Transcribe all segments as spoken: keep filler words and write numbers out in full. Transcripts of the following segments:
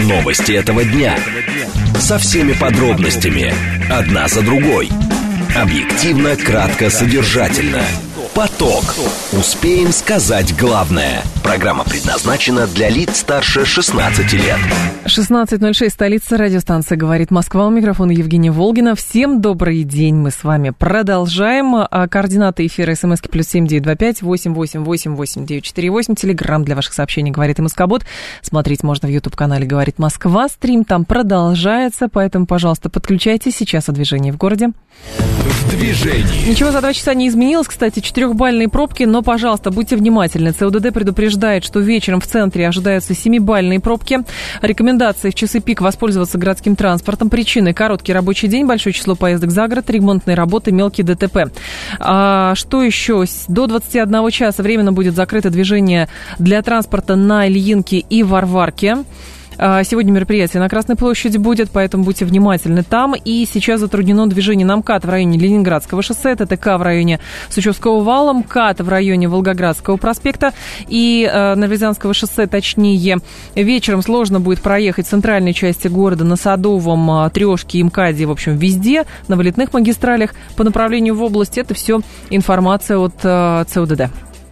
Новости этого дня. Со всеми подробностями. Одна за другой. Объективно, кратко, содержательно. Поток. Успеем сказать главное. Программа предназначена для лиц старше шестнадцати лет. шестнадцать ноль шесть, столица, радиостанция «Говорит Москва». У микрофона Евгения Волгина. Всем добрый день. Мы с вами продолжаем. Координаты эфира смски плюс семь девять два пять восемь восемь восемь восемь девять четыре восемь. Телеграм для ваших сообщений «Говорит МСК-бот». Смотреть можно в YouTube-канале «Говорит Москва». Стрим там продолжается, поэтому, пожалуйста, подключайтесь. Сейчас о движении в городе. В движении. Ничего за два часа не изменилось, кстати, четырехбальные пробки, но, пожалуйста, будьте внимательны. ЦУДД предупреждает, что вечером в центре ожидаются семибальные пробки. Рекомендации в часы пик воспользоваться городским транспортом. Причины: короткий рабочий день, большое число поездок за город, ремонтные работы, мелкие ДТП. А что еще? До двадцати одного часа временно будет закрыто движение для транспорта на Ильинке и Варварке. Сегодня мероприятие на Красной площади будет, поэтому будьте внимательны там. И сейчас затруднено движение на МКАД в районе Ленинградского шоссе, ТТК в районе Сучевского вала, МКАД в районе Волгоградского проспекта и э, Новорязанского шоссе, точнее. Вечером сложно будет проехать в центральной части города на Садовом, Трешке и МКАДе, в общем, везде, на вылетных магистралях. По направлению в область это все информация от э, ЦУДД.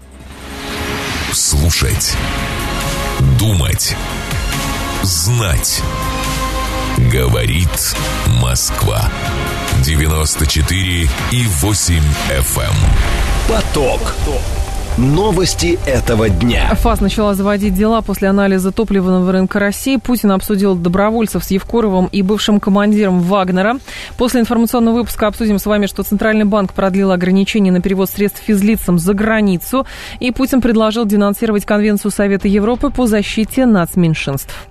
Слушать. Думать. Знать. Говорит Москва. девяносто четыре и восемь эф эм. Поток. Новости этого дня. ФАС начала заводить дела после анализа топливного рынка России. Путин обсудил добровольцев с Евкуровым и бывшим командиром Вагнера. После информационного выпуска обсудим с вами, что Центральный банк продлил ограничения на перевод средств физлицам за границу. И Путин предложил денонсировать Конвенцию Совета Европы по защите нацменьшинств.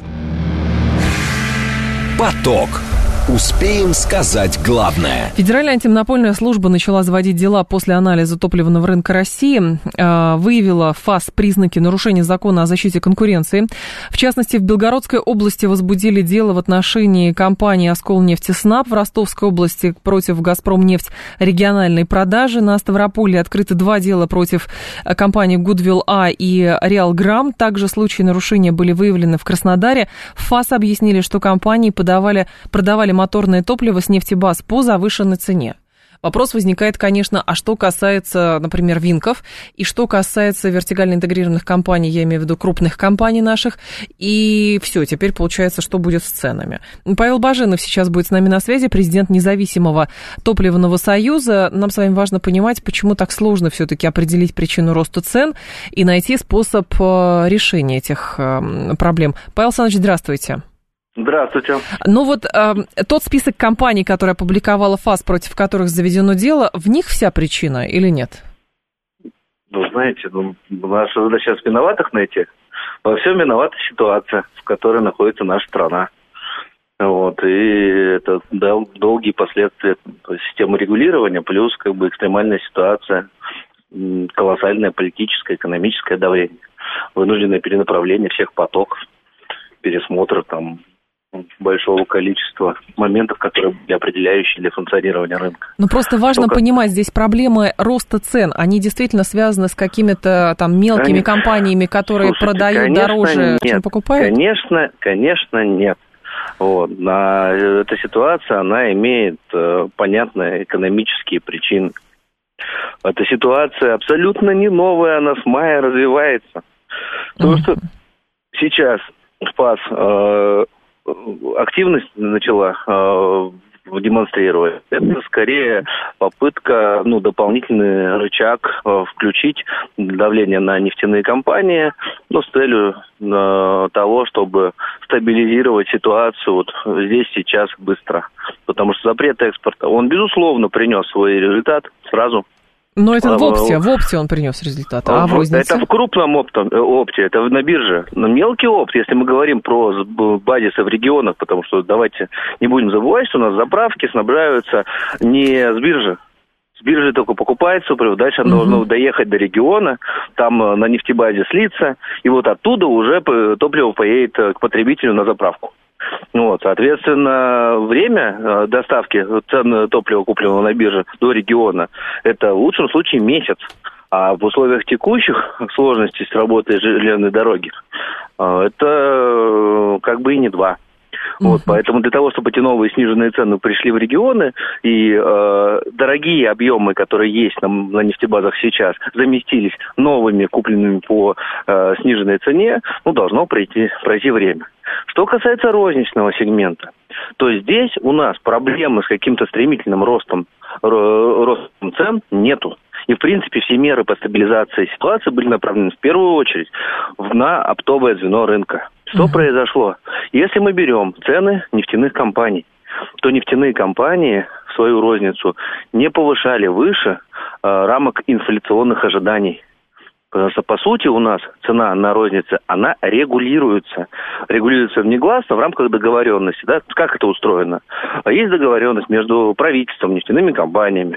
Поток. Успеем сказать главное. Федеральная антимонопольная служба начала заводить дела после анализа топливного рынка России. Выявила ФАС признаки нарушения закона о защите конкуренции. В частности, в Белгородской области возбудили дело в отношении компании «Осколнефтеснаб», в Ростовской области против «Газпромнефть» региональной продажи. На Ставрополе открыты два дела против компаний «Гудвилл А» и «Реалграм». Также случаи нарушения были выявлены в Краснодаре. В ФАС объяснили, что компании подавали, продавали моторное топливо с нефтебаз по завышенной цене. Вопрос возникает, конечно, а что касается, например, Винков, и что касается вертикально интегрированных компаний, я имею в виду крупных компаний наших, и все, теперь получается, что будет с ценами. Павел Баженов сейчас будет с нами на связи, президент независимого топливного союза. Нам с вами важно понимать, почему так сложно все-таки определить причину роста цен и найти способ решения этих проблем. Павел Александрович, здравствуйте. Здравствуйте. Ну вот э, тот список компаний, который опубликовала ФАС, против которых заведено дело, в них вся причина или нет? Ну, знаете, ну, наша задача сейчас виноватых найти. Во всем виновата ситуация, в которой находится наша страна. Вот, и это дол- долгие последствия системы регулирования, плюс как бы экстремальная ситуация, колоссальное политическое, экономическое давление, вынужденное перенаправление всех потоков, пересмотр там большого количества моментов, которые были определяющие для функционирования рынка. Ну, просто важно Только... понимать, здесь проблемы роста цен, они действительно связаны с какими-то там мелкими конечно. компаниями, которые Слушайте, продают конечно, дороже, нет. чем покупают? Конечно, конечно, нет. Вот. А эта ситуация, она имеет э, понятные экономические причины. Эта ситуация абсолютно не новая, она с мая развивается. Потому mm-hmm. что сейчас ФАС э, активность начала э, демонстрировать. Это скорее попытка, ну, дополнительный рычаг э, включить давление на нефтяные компании, ну, с целью э, того, чтобы стабилизировать ситуацию вот здесь, сейчас, быстро. Потому что запрет экспорта, он, безусловно, принес свой результат сразу. Но это в опте, в опте он принес результат, а в рознице? Это в крупном опте, опте, это на бирже. Но мелкий опт, если мы говорим про базисы в регионах, потому что давайте не будем забывать, что у нас заправки снабжаются не с биржи. С биржи только покупается топливо, дальше оно uh-huh. должно доехать до региона, там на нефтебазе слиться, и вот оттуда уже топливо поедет к потребителю на заправку. Вот, соответственно, время доставки цен топлива, купленного на бирже, до региона, это в лучшем случае месяц. А в условиях текущих сложностей с работой железной дороги, это как бы и не два. Вот, поэтому для того, чтобы эти новые сниженные цены пришли в регионы, и э, дорогие объемы, которые есть на, на нефтебазах сейчас, заместились новыми, купленными по э, сниженной цене, ну, должно пройти, пройти время. Что касается розничного сегмента, то здесь у нас проблемы с каким-то стремительным ростом, ростом цен нету. И, в принципе, все меры по стабилизации ситуации были направлены в первую очередь на оптовое звено рынка. Что mm-hmm. произошло? Если мы берем цены нефтяных компаний, то нефтяные компании в свою розницу не повышали выше э, рамок инфляционных ожиданий. Потому что, по сути, у нас цена на рознице, она регулируется. Регулируется негласно в рамках договоренности. Да? Как это устроено? Есть договоренность между правительством, нефтяными компаниями.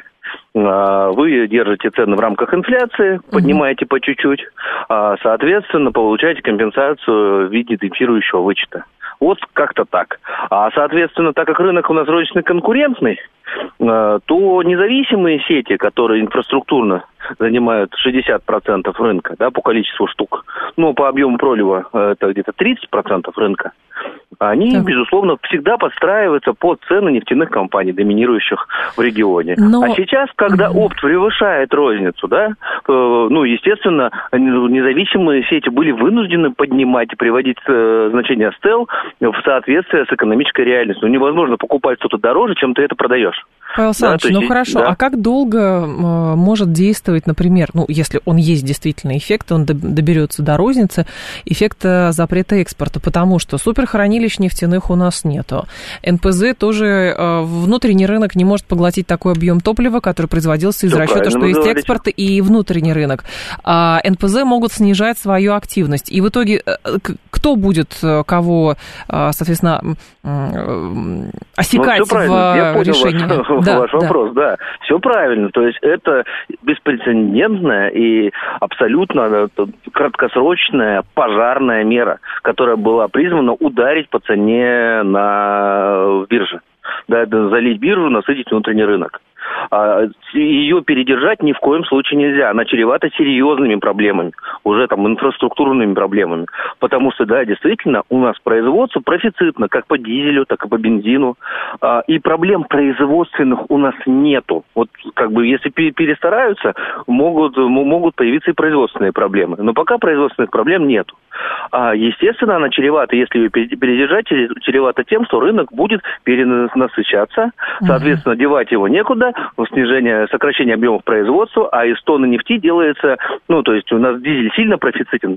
Вы держите цены в рамках инфляции, поднимаете по чуть-чуть, соответственно, получаете компенсацию в виде индексирующего вычета. Вот как-то так. А, соответственно, так как рынок у нас розничный конкурентный, то независимые сети, которые инфраструктурно занимают шестьдесят процентов рынка, да, по количеству штук, ну, по объему пролива это где-то тридцать процентов рынка, они, так. безусловно, всегда подстраиваются под цены нефтяных компаний, доминирующих в регионе. Но... А сейчас, когда mm-hmm. опт превышает розницу, да, э, ну, естественно, независимые сети были вынуждены поднимать и приводить э, значение стел в соответствие с экономической реальностью. Ну, невозможно покупать что-то дороже, чем ты это продаешь. Павел Александрович, да, ну есть, хорошо, да. А как долго э, может действовать, например, ну, если он есть действительно эффект, он доберется до розницы, эффект запрета экспорта, потому что суперхранилищ нефтяных у нас нету. эн пэ зэ тоже, э, внутренний рынок не может поглотить такой объем топлива, который производился из Все расчета, что есть говорите. Экспорт и внутренний рынок. А эн пэ зэ могут снижать свою активность. И в итоге кто будет кого, соответственно, осекать ну, в решении? Да, ваш да. вопрос, да. Все правильно. То есть это беспрецедентная и абсолютно краткосрочная пожарная мера, которая была призвана ударить по цене на бирже. Да, залить биржу, насытить внутренний рынок. А ее передержать ни в коем случае нельзя. Она чревата серьезными проблемами, уже там инфраструктурными проблемами. Потому что, да, действительно, у нас производство профицитно, как по дизелю, так и по бензину. А, и проблем производственных у нас нету. Вот как бы если перестараются, могут, могут появиться и производственные проблемы. Но пока производственных проблем нету. А, естественно, она чревата, если ее передержать, чревата тем, что рынок будет перенасыщаться. Соответственно, девать его некуда. Снижение, сокращение объемов производства, а из тонны нефти делается, ну, то есть у нас дизель сильно профицитен,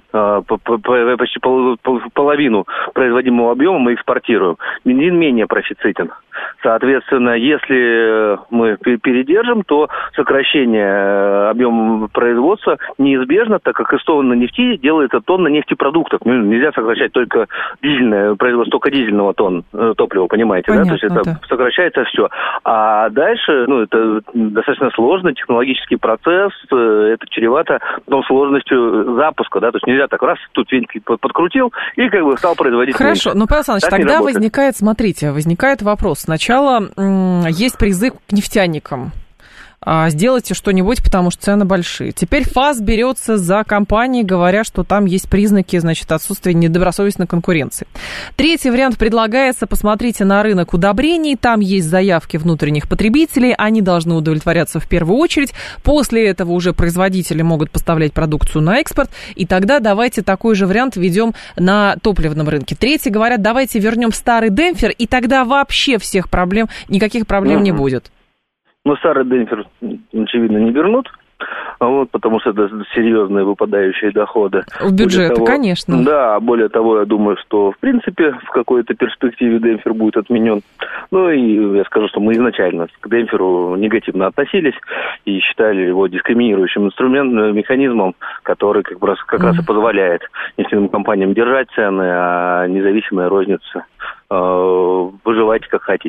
почти половину производимого объема мы экспортируем, бензин менее профицитен. Соответственно, если мы передержим, то сокращение объема производства неизбежно, так как из тонны нефти делается тонна нефтепродуктов. Ну, нельзя сокращать только дизельное производство, только дизельного тонн топлива, понимаете, Понятно, да? То есть это да. сокращается все. А дальше, ну, это достаточно сложный технологический процесс, это чревато потом сложностью запуска, да, то есть нельзя так раз, тут вентиль подкрутил и как бы стал производить Хорошо, меньше. но, Павел Александрович, так тогда возникает, смотрите, возникает вопрос. Сначала м- есть призыв к нефтяникам. Сделайте что-нибудь, потому что цены большие. Теперь ФАС берется за компании, говоря, что там есть признаки, значит, отсутствия недобросовестной конкуренции. Третий вариант предлагается: посмотрите на рынок удобрений, там есть заявки внутренних потребителей, они должны удовлетворяться в первую очередь. После этого уже производители могут поставлять продукцию на экспорт, и тогда давайте такой же вариант введем на топливном рынке. Третьи говорят: давайте вернем старый демпфер, и тогда вообще всех проблем, никаких проблем mm-hmm. не будет. Но старый демпфер, очевидно, не вернут, вот, потому что это серьезные выпадающие доходы. В бюджет, того, конечно. Да, более того, я думаю, что, в принципе, в какой-то перспективе демпфер будет отменен. Ну, и я скажу, что мы изначально к демпферу негативно относились и считали его дискриминирующим инструментом, механизмом, который как раз, как mm-hmm. раз и позволяет нефтяным компаниям держать цены, а независимая розница э, выживайте как хотите.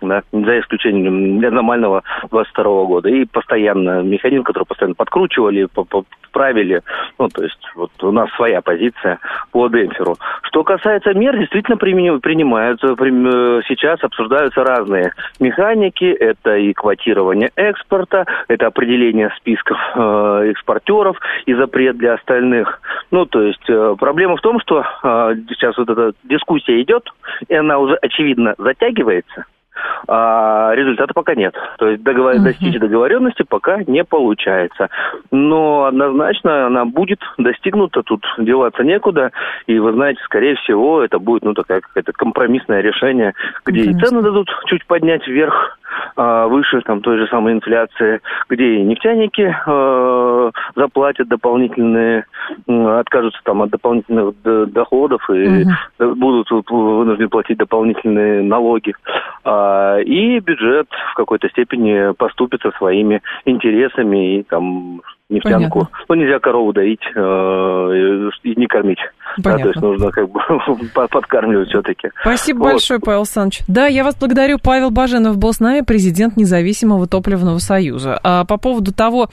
Да, за исключением нормального двадцать второго года. И постоянно механизм, который постоянно подкручивали, правили. Ну, то есть, вот у нас своя позиция по демпферу. Что касается мер, действительно принимаются. Сейчас обсуждаются разные механики. Это и квотирование экспорта, это определение списков э, экспортеров и запрет для остальных. Ну, то есть, э, проблема в том, что э, сейчас вот эта дискуссия идет, и она уже, очевидно, затягивается. А результата пока нет. То есть договор... uh-huh. достичь договоренности пока не получается. Но однозначно она будет достигнута, тут деваться некуда. И вы знаете, скорее всего, это будет ну, такая какое-то компромиссное решение, где Конечно. И цены дадут чуть поднять вверх, выше там, той же самой инфляции, где и нефтяники э, заплатят дополнительные, э, откажутся там, от дополнительных доходов и uh-huh. будут вынуждены платить дополнительные налоги. А, и бюджет в какой-то степени поступится своими интересами и там нефтянку. Понятно. Ну, нельзя корову доить э, и не кормить. Да, то есть нужно как бы подкармливать все-таки. Спасибо вот. большое, Павел Александрович. Да, я вас благодарю. Павел Баженов был с нами, президент Независимого топливного союза. А по поводу того,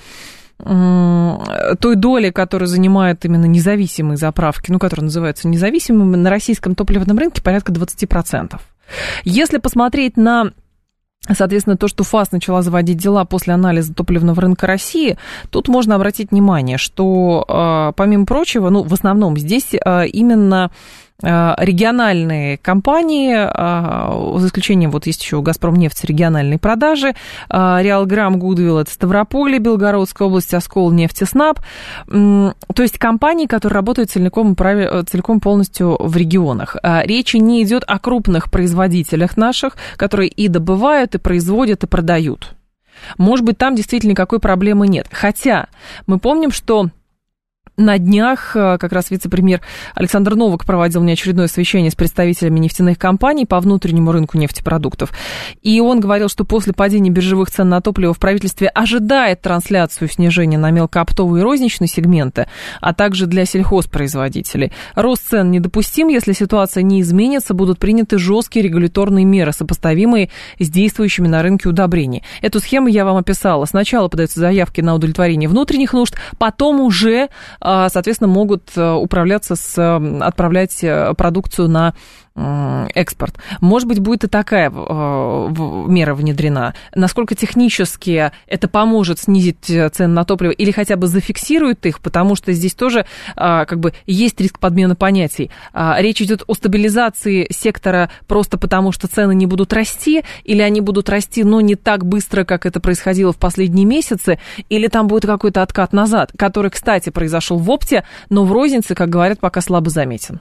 той доли, которую занимают именно независимые заправки, ну, которые называются независимыми, на российском топливном рынке порядка двадцать процентов. Если посмотреть на... Соответственно, то, что ФАС начала заводить дела после анализа топливного рынка России, тут можно обратить внимание, что, помимо прочего, ну, в основном здесь именно региональные компании, за исключением, вот есть еще «Газпромнефть» региональные продажи, «Реалграм», «Гудвилл» — это Ставрополь, Белгородская область, «Оскол», «Нефтеснаб», то есть компании, которые работают целиком, целиком полностью в регионах. Речь не идет о крупных производителях наших, которые и добывают, и производят, и продают. Может быть, там действительно никакой проблемы нет. Хотя мы помним, что на днях как раз вице-премьер Александр Новак проводил неочередное совещание с представителями нефтяных компаний по внутреннему рынку нефтепродуктов. И он говорил, что после падения биржевых цен на топливо в правительстве ожидает трансляцию снижения на мелкооптовые и розничные сегменты, а также для сельхозпроизводителей. Рост цен недопустим, если ситуация не изменится, будут приняты жесткие регуляторные меры, сопоставимые с действующими на рынке удобрений. Эту схему я вам описала. Сначала подаются заявки на удовлетворение внутренних нужд, потом уже соответственно, могут управляться с, отправлять продукцию на экспорт. Может быть, будет и такая мера внедрена. Насколько технически это поможет снизить цены на топливо или хотя бы зафиксирует их, потому что здесь тоже как бы есть риск подмены понятий. Речь идет о стабилизации сектора просто потому, что цены не будут расти, или они будут расти, но не так быстро, как это происходило в последние месяцы, или там будет какой-то откат назад, который, кстати, произошел в опте, но в рознице, как говорят, пока слабо заметен.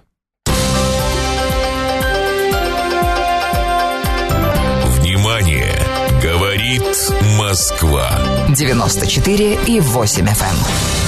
Говорит Москва. девяносто четыре и восемь эф эм.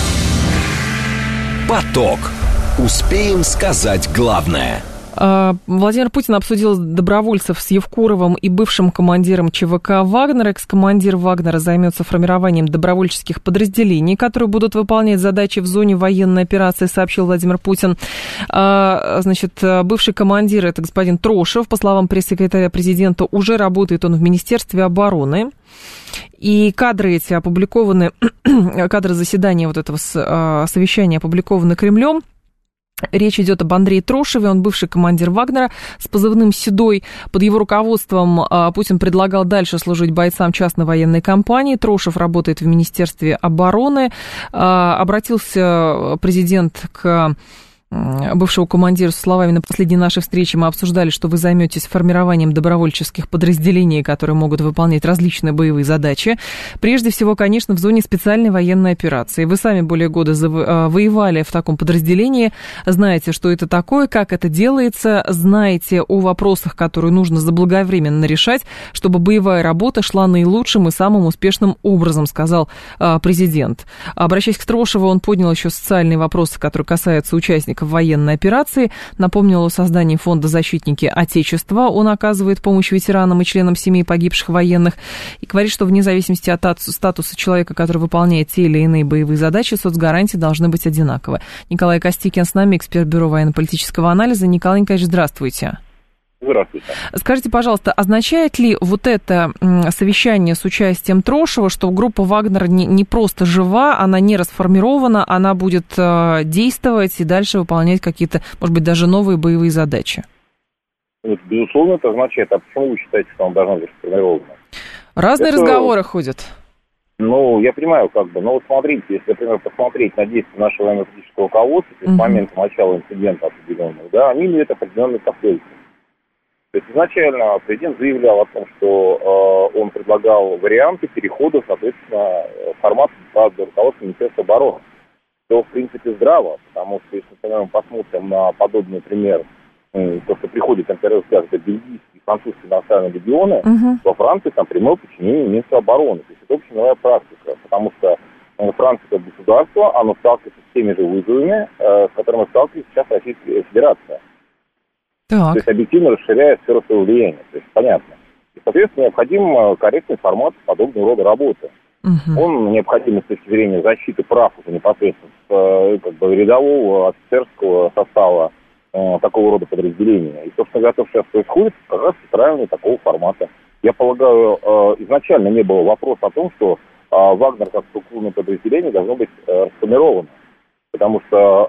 Поток. Успеем сказать главное. Владимир Путин обсудил добровольцев с Евкуровым и бывшим командиром ЧВК «Вагнер». Экс-командир «Вагнера» займется формированием добровольческих подразделений, которые будут выполнять задачи в зоне военной операции, сообщил Владимир Путин. Значит, бывший командир, это господин Трошев, по словам пресс-секретаря президента, уже работает он в Министерстве обороны. И кадры эти опубликованы, кадры заседания вот этого совещания опубликованы Кремлем. Речь идет об Андрее Трошеве, он бывший командир «Вагнера» с позывным «Седой». Под его руководством Путин предлагал дальше служить бойцам частной военной компании. Трошев работает в Министерстве обороны. Обратился президент к бывшего командира со словами: на последней нашей встрече мы обсуждали, что вы займетесь формированием добровольческих подразделений, которые могут выполнять различные боевые задачи. Прежде всего, конечно, в зоне специальной военной операции. Вы сами более года воевали в таком подразделении, знаете, что это такое, как это делается, знаете о вопросах, которые нужно заблаговременно решать, чтобы боевая работа шла наилучшим и самым успешным образом, сказал президент. Обращаясь к Трошеву, он поднял еще социальные вопросы, которые касаются участников в военной операции, напомнил о создании фонда «Защитники Отечества». Он оказывает помощь ветеранам и членам семей погибших военных и говорит, что вне зависимости от статуса человека, который выполняет те или иные боевые задачи, соцгарантии должны быть одинаковы. Николай Костикин с нами, эксперт Бюро военно-политического анализа. Николай Николаевич, здравствуйте. Здравствуйте. Скажите, пожалуйста, означает ли вот это совещание с участием Трошева, что группа «Вагнер» не, не просто жива, она не расформирована, она будет э, действовать и дальше выполнять какие-то, может быть, даже новые боевые задачи? Нет, безусловно, это означает. А почему вы считаете, что она должна быть расформирована? Разные это... разговоры ходят. Ну, я понимаю, как бы, но вот смотрите, если, например, посмотреть на действия нашего военно-политического руководства с момента начала инцидента определенного, да, они имеют определенные последствия. То есть изначально президент заявлял о том, что э, он предлагал варианты перехода, соответственно, формата под руководством Министерства обороны. Что, в принципе, здраво, потому что, если, например, мы посмотрим на подобный пример, э, то, что приходит, например, скажем, бельгийские и французские иностранные легионы, uh-huh. во Франции там прямое подчинение министра обороны. То есть это общемировая практика, потому что э, Франция как государство, оно сталкивается с теми же вызовами, э, с которыми сталкивается сейчас Российская Федерация. Так. То есть объективно расширяя сферу своего влияния. То есть понятно. И, соответственно, необходим корректный формат подобного рода работы. Uh-huh. Он необходим с точки зрения защиты прав уже непосредственно с, как бы, рядового офицерского состава э, такого рода подразделения. И, собственно говоря, то, что сейчас происходит, как раз устраивание такого формата. Я полагаю, э, изначально не было вопроса о том, что э, Вагнер как структурное подразделение должно быть э, расформировано. Потому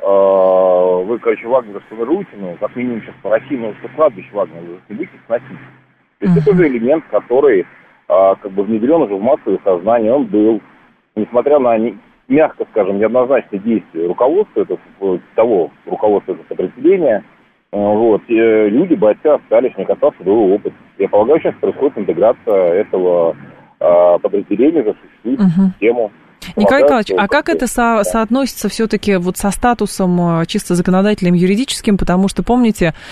что э, вы, короче, Вагнер расформируете, ну, как минимум сейчас по России, но что кладбище Вагнера вы не будете сносить. То есть uh-huh. это же элемент, который э, как бы внедрен уже в массовое сознание, он был, несмотря на, не, мягко скажем, неоднозначные действия руководства этого, того руководства этого подразделения, э, вот, э, люди, бойцы остались, не касался своего опыта. Я полагаю, сейчас происходит интеграция этого э, подразделения за существующую uh-huh. систему. Николай Николаевич, а как это со- соотносится все-таки вот со статусом чисто законодательным, юридическим? Потому что, помните, э,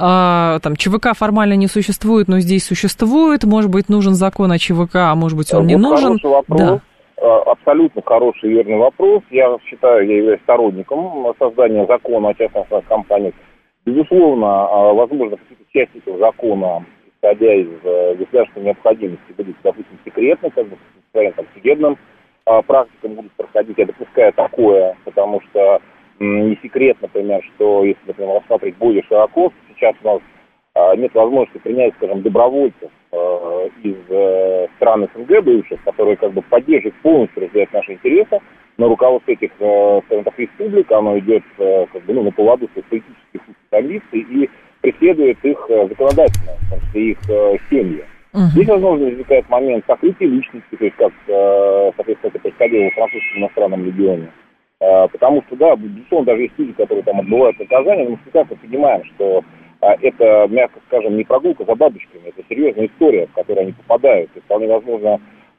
там ЧВК формально не существует, но здесь существует. Может быть, нужен закон о ЧВК, а может быть, он вот не нужен. Хороший вопрос, да. Абсолютно хороший и верный вопрос. Я считаю, я являюсь сторонником создания закона о частных компаниях. Безусловно, возможно, какие-то части этого закона, исходя из государственной необходимости, будут, допустим, секретны, как бы, в своем там, судебном практикам будут проходить, я допускаю такое, потому что м, не секрет, например, что если, например, рассмотреть более широко, сейчас у нас а, нет возможности принять, скажем, добровольцев а, из а, стран СНГ бывших, которые как бы поддерживают, полностью разделяют наши интересы, но руководство этих, а, скажем так, республик, оно идет а, как бы, ну, на поводу своих политических амбиций и преследует их а, законодательно, в том числе их а, семьи. Uh-huh. Здесь, возможно, возникает момент сокрытия личности, то есть, как, соответственно, это происходило в французском иностранном регионе. Потому что, да, безусловно, даже есть люди, которые там отбывают наказание, но мы прекрасно понимаем, что это, мягко скажем, не прогулка за бабочками, это серьезная история, в которую они попадают. И вполне возможно,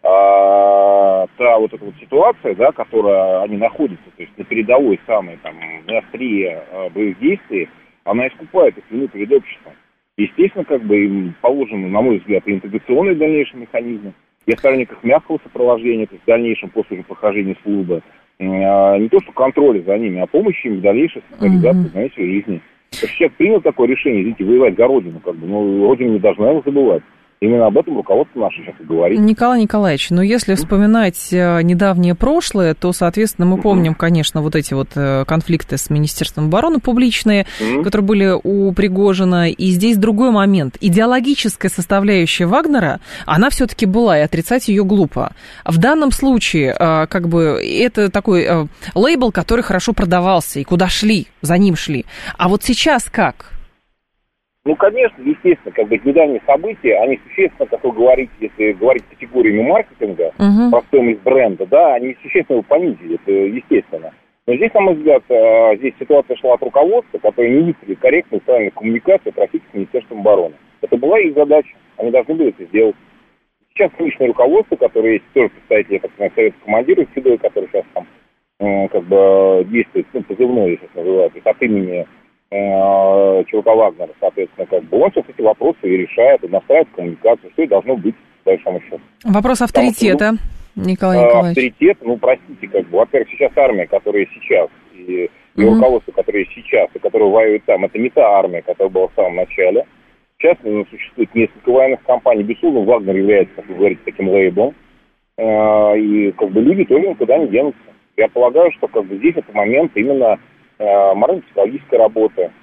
та вот эта вот ситуация, да, которая они находятся, то есть на передовой самой, там, на острие боевых действий, она искупает их вину перед обществом. Естественно, как бы им положены, на мой взгляд, и интеграционные дальнейшие механизмы. Я сторонник их мягкого сопровождения, то есть в дальнейшем после уже прохождения службы. А, не то, что контроля за ними, а помощи им в дальнейшей социализации, знаете, жизни. Если человек принял такое решение, извините, воевать за Родину, как бы, но Родина не должна его забывать. Именно об этом руководство наше сейчас и говорит. Николай Николаевич, ну если вспоминать недавнее прошлое, то, соответственно, мы помним, конечно, вот эти вот конфликты с Министерством обороны публичные, mm-hmm. которые были у Пригожина. И здесь другой момент. Идеологическая составляющая Вагнера, она все-таки была, и отрицать ее глупо. В данном случае, как бы, это такой лейбл, который хорошо продавался, и куда шли, за ним шли. А вот сейчас как? Ну, конечно, естественно, как бы недавние события, они существенно, как вы говорите, если говорить категориями маркетинга, uh-huh. по стоимости бренда, да, они существенно его понизили, это естественно. Но здесь, на мой взгляд, здесь ситуация шла от руководства, которое не выстроили корректную и правильную коммуникацию практически с Министерством обороны. Это была их задача, они должны были это сделать. Сейчас нынешнее руководство, которое есть тоже представители, так сказать, совета командиров седой, который сейчас там как бы действует, ну, позывной, я сейчас называю, то есть от имени ЧВК Вагнера, соответственно, как бы он сейчас эти вопросы и решает, и настраивает коммуникацию, что и должно быть, по большому счету. Вопрос авторитета, Потому, Николай Николаевич. Авторитет, ну, простите, как бы, во-первых, сейчас армия, которая сейчас, и, и mm-hmm. руководство, которое сейчас, и которое воюет там, это не та армия, которая была в самом начале. Сейчас ну, существует несколько военных компаний, безусловно, Вагнер является, как вы говорите, таким лейблом, и как бы люди тоже никуда не денутся. Я полагаю, что как бы здесь это момент именно морально-психологической работы,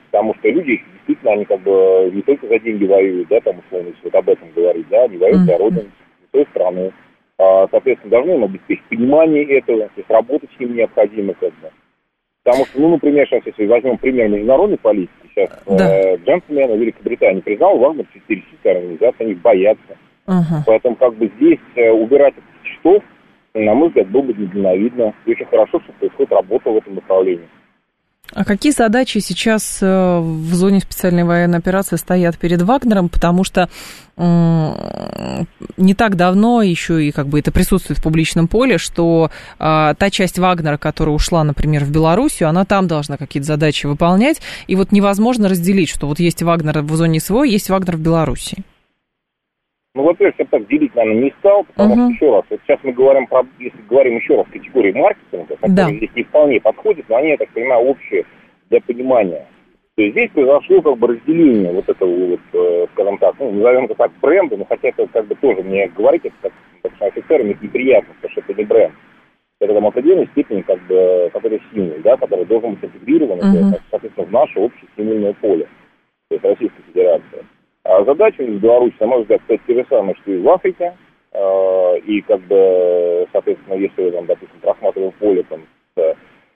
потому что люди, действительно, они как бы не только за деньги воюют, да, там, условно, если вот об этом говорить, да, они воюют за родину, за свою страну. А, соответственно, должны им обеспечить понимание этого, то есть работать с ним необходимо, как бы. Потому что, ну, например, сейчас, если возьмем пример международной политики, сейчас да. э, джентльмены Великобритании признал Вагнер террористической организацией, они боятся. Uh-huh. Поэтому, как бы, здесь э, убирать этих счетов, на мой взгляд, было бы недальновидно. И очень хорошо, что происходит работа в этом направлении. А какие задачи сейчас в зоне специальной военной операции стоят перед Вагнером? Потому что м- не так давно еще и как бы это присутствует в публичном поле, что а, та часть Вагнера, которая ушла, например, в Белоруссию, она там должна какие-то задачи выполнять. И вот невозможно разделить, что вот есть Вагнер в зоне СВО, есть Вагнер в Белоруссии. Ну, во-первых, я так делить, наверное, не стал, потому uh-huh. что, еще раз, вот сейчас мы говорим про, если говорим еще раз, категории маркетинга, которые да. здесь не вполне подходят, но они, я так понимаю, общие для понимания. То есть здесь произошло как бы разделение вот этого вот, э, скажем так, ну, назовем это так, бренда, но хотя это как бы тоже мне говорить, это как, как офицерам, это неприятно, потому что это не бренд. Это там в определенной степени как бы, который символ, да, который должен быть интегрирован, uh-huh. это, соответственно, в наше общее символьное поле, то есть Российской Федерации. А задача в Беларуси, на мой взгляд, кстати, те же самые, что и в Африке. Э, и, как бы, соответственно, если, там, допустим, просматриваем поле, там, э,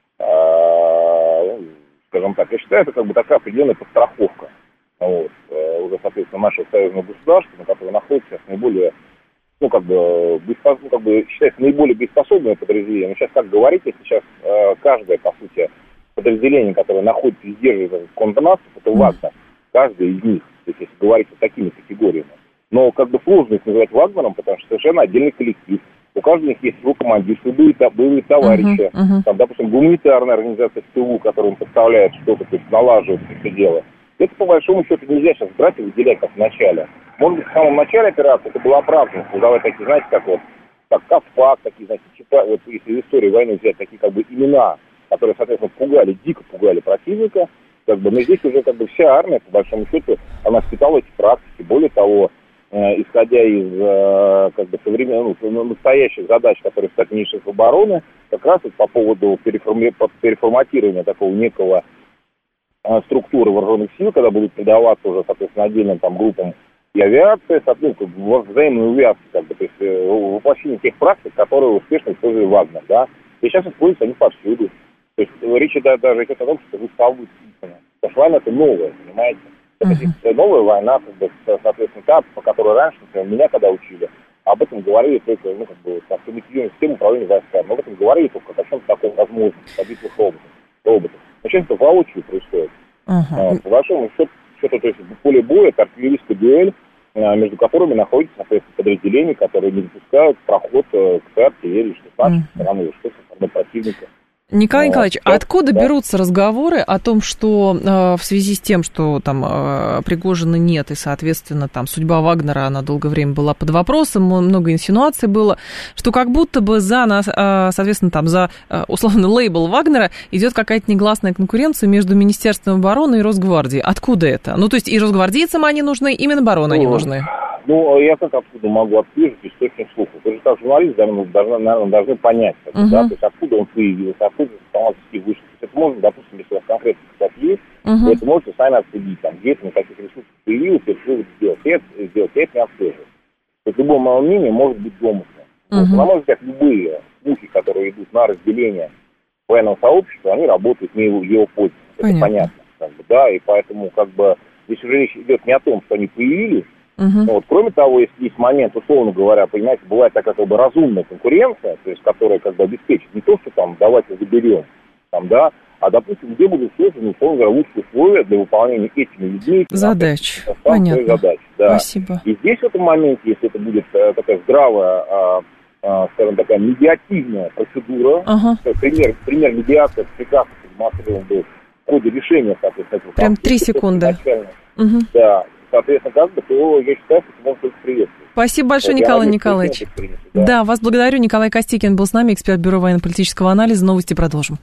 э, скажем так, я считаю, это как бы такая определенная подстраховка. Вот, э, уже, соответственно, нашего союзного государства, на котором находится сейчас наиболее, ну, как бы, боеспос... ну, как бы, считается наиболее боеспособное подразделение. Но сейчас, как говорить, если сейчас э, каждое, по сути, подразделение, которое находится и сдерживает контрнаступ, это Вагнер, каждое из них. То есть, если говорить вот такими категориями. Но как бы сложно их называть Вагнером, потому что совершенно отдельный коллектив. У каждого из них есть его командир, боевые, боевые товарищи. Uh-huh, uh-huh. Там, допустим, гуманитарная организация в тылу, которая им поставляет что-то, то есть налаживает это дело. Это, по большому счету, нельзя сейчас брать и выделять, как в начале. Может быть, в самом начале операции это было оправдано. Создавать такие, знаете, как вот, как Кавпак, такие, знаете, чипа, вот если в истории войны взять такие, как бы, имена, которые, соответственно, пугали, дико пугали противника. Как бы, но здесь уже как бы вся армия, по большому счету, она впитала эти практики. Более того, э, исходя из э, как бы современных, ну, настоящих задач, которые стоят Министерство обороны, как раз вот по поводу переформи... переформатирования такого некого э, структуры вооруженных сил, когда будут придаваться уже, соответственно, отдельным там группам и авиации, соответственно, взаимной увязки, как бы, то есть э, воплощение тех практик, которые успешно использовали Вагнер, да. И сейчас используются они повсюду. То есть речь идет даже идет о том, что выставы списаны. Потому что война это новая, понимаете? Это uh-huh. новая война, как бы, соответственно, та, по которой раньше, например, меня когда учили, об этом говорили только, ну, как бы, автоматизированной системой управления войсками. Но об этом говорили только как о чем-то таком возможном, о битвах роботов. роботов. Но сейчас это воочию происходит. Uh-huh. А, по большому счету, что-то, то есть поле боя, это артиллерийская дуэль, между которыми находятся, соответственно, подразделения, которые не допускают проход к артиллерии, что с нашей uh-huh. стороны, что со стороны противника. Николай Николаевич, а откуда да. берутся разговоры о том, что э, в связи с тем, что там э, Пригожина нет, и, соответственно, там судьба Вагнера, она долгое время была под вопросом, много инсинуаций было, что как будто бы за, э, соответственно, там за э, условно лейбл Вагнера идет какая-то негласная конкуренция между Министерством обороны и Росгвардией. Откуда это? Ну, то есть и росгвардейцам они нужны, и Минобороны они нужны. Ну, я как откуда могу отслеживать источник слухов? Вы же как журналист, наверное, должны, должны понять, как, uh-huh. да, то есть откуда он появился, откуда информация вышла. То есть это можно, допустим, если у вас конкретно кто-то есть, uh-huh. то это можете сами отследить, там, где-то на каких ресурсах появилось, и что вы сделать. Я это сделать, я это не отслеживаю. То есть любое мое мнение может быть домыслом. Uh-huh. На мой взгляд, любые слухи, которые идут на разделение военного сообщества, они работают не в его пользу. Это понятно, понятно как бы, да, и поэтому, как бы, здесь уже речь идет не о том, что они появились. Uh-huh. Вот. Кроме того, если есть момент, условно говоря, понимаете, бывает такая как бы разумная конкуренция, то есть которая как бы обеспечит не то, что там давайте заберем, там, да, а, допустим, где будут созданы, условно говоря, лучшие условия для выполнения этими людьми задач. Понятно. Задач, да. Спасибо. И здесь в этом моменте, если это будет а, такая здравая, а, а, скажем, такая медиативная процедура, uh-huh. пример, пример медиации, это прекрасно демонстрирован был в ходе решения, соответственно, этого прям три секунды. Uh-huh. Да. Соответственно, как бы, то я считаю, что это может быть приветствовать. Спасибо большое, Николай Николаевич. Да. да, вас благодарю. Николай Костикин был с нами, эксперт Бюро военно-политического анализа. Новости продолжим.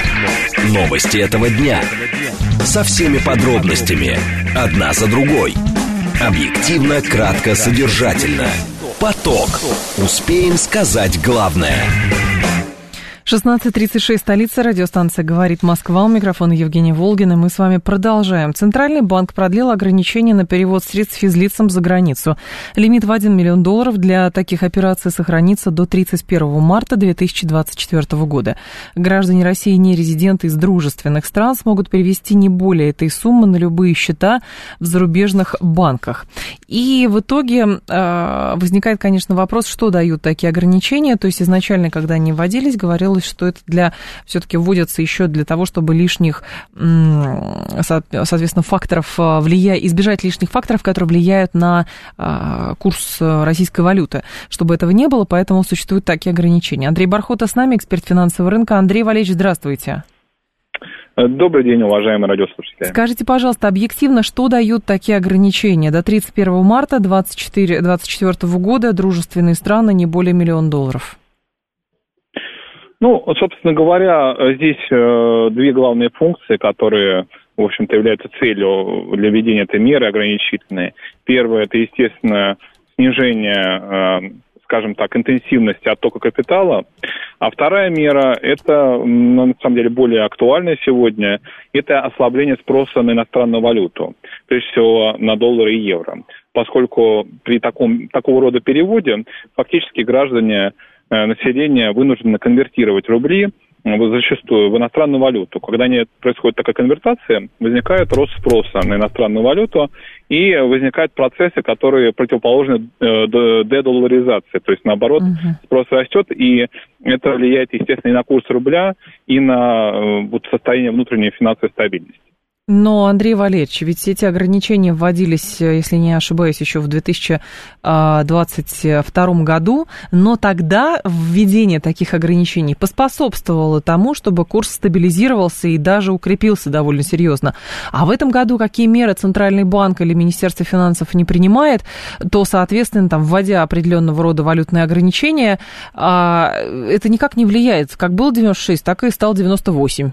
Новости этого дня. Со всеми подробностями. Одна за другой. Объективно, кратко, содержательно. Поток. Успеем сказать главное. шестнадцать тридцать шесть, столица, радиостанция «Говорит Москва», у микрофона Евгения Волгина. Мы с вами продолжаем. Центральный банк продлил ограничения на перевод средств физлицам за границу. Лимит в один миллион долларов для таких операций сохранится до тридцать первого марта две тысячи двадцать четвёртого года. Граждане России, не резиденты из дружественных стран, смогут перевести не более этой суммы на любые счета в зарубежных банках. И в итоге э, возникает, конечно, вопрос, что дают такие ограничения. То есть изначально, когда они вводились, говорилось, что это для, все-таки вводятся еще для того, чтобы лишних, соответственно, факторов влияет, избежать лишних факторов, которые влияют на курс российской валюты. Чтобы этого не было, поэтому существуют такие ограничения. Андрей Бархота с нами, эксперт финансового рынка. Андрей Валерьевич, здравствуйте. Добрый день, уважаемые радиослушатели. Скажите, пожалуйста, объективно, что дают такие ограничения? До тридцать первого марта две тысячи двадцать четвёртого года дружественные страны не более миллиона долларов. Ну, собственно говоря, здесь э, две главные функции, которые, в общем-то, являются целью для введения этой меры ограничительной. Первое – это, естественно, снижение, э, скажем так, интенсивности оттока капитала. А вторая мера – это, ну, на самом деле, более актуальная сегодня – это ослабление спроса на иностранную валюту, прежде всего на доллары и евро. Поскольку при таком, такого рода переводе фактически граждане население вынуждено конвертировать рубли зачастую в иностранную валюту. Когда не происходит такая конвертация, возникает рост спроса на иностранную валюту и возникают процессы, которые противоположны дедолларизации. То есть, наоборот, uh-huh. спрос растет, и это влияет, естественно, и на курс рубля, и на вот, состояние внутренней финансовой стабильности. Но, Андрей Валерьевич, ведь эти ограничения вводились, если не ошибаюсь, еще в две тысячи двадцать втором году, но тогда введение таких ограничений поспособствовало тому, чтобы курс стабилизировался и даже укрепился довольно серьезно. А в этом году какие меры Центральный банк или Министерство финансов не принимает, то, соответственно, там, вводя определенного рода валютные ограничения, это никак не влияет. Как был девяносто шесть, так и стал девяносто восемь.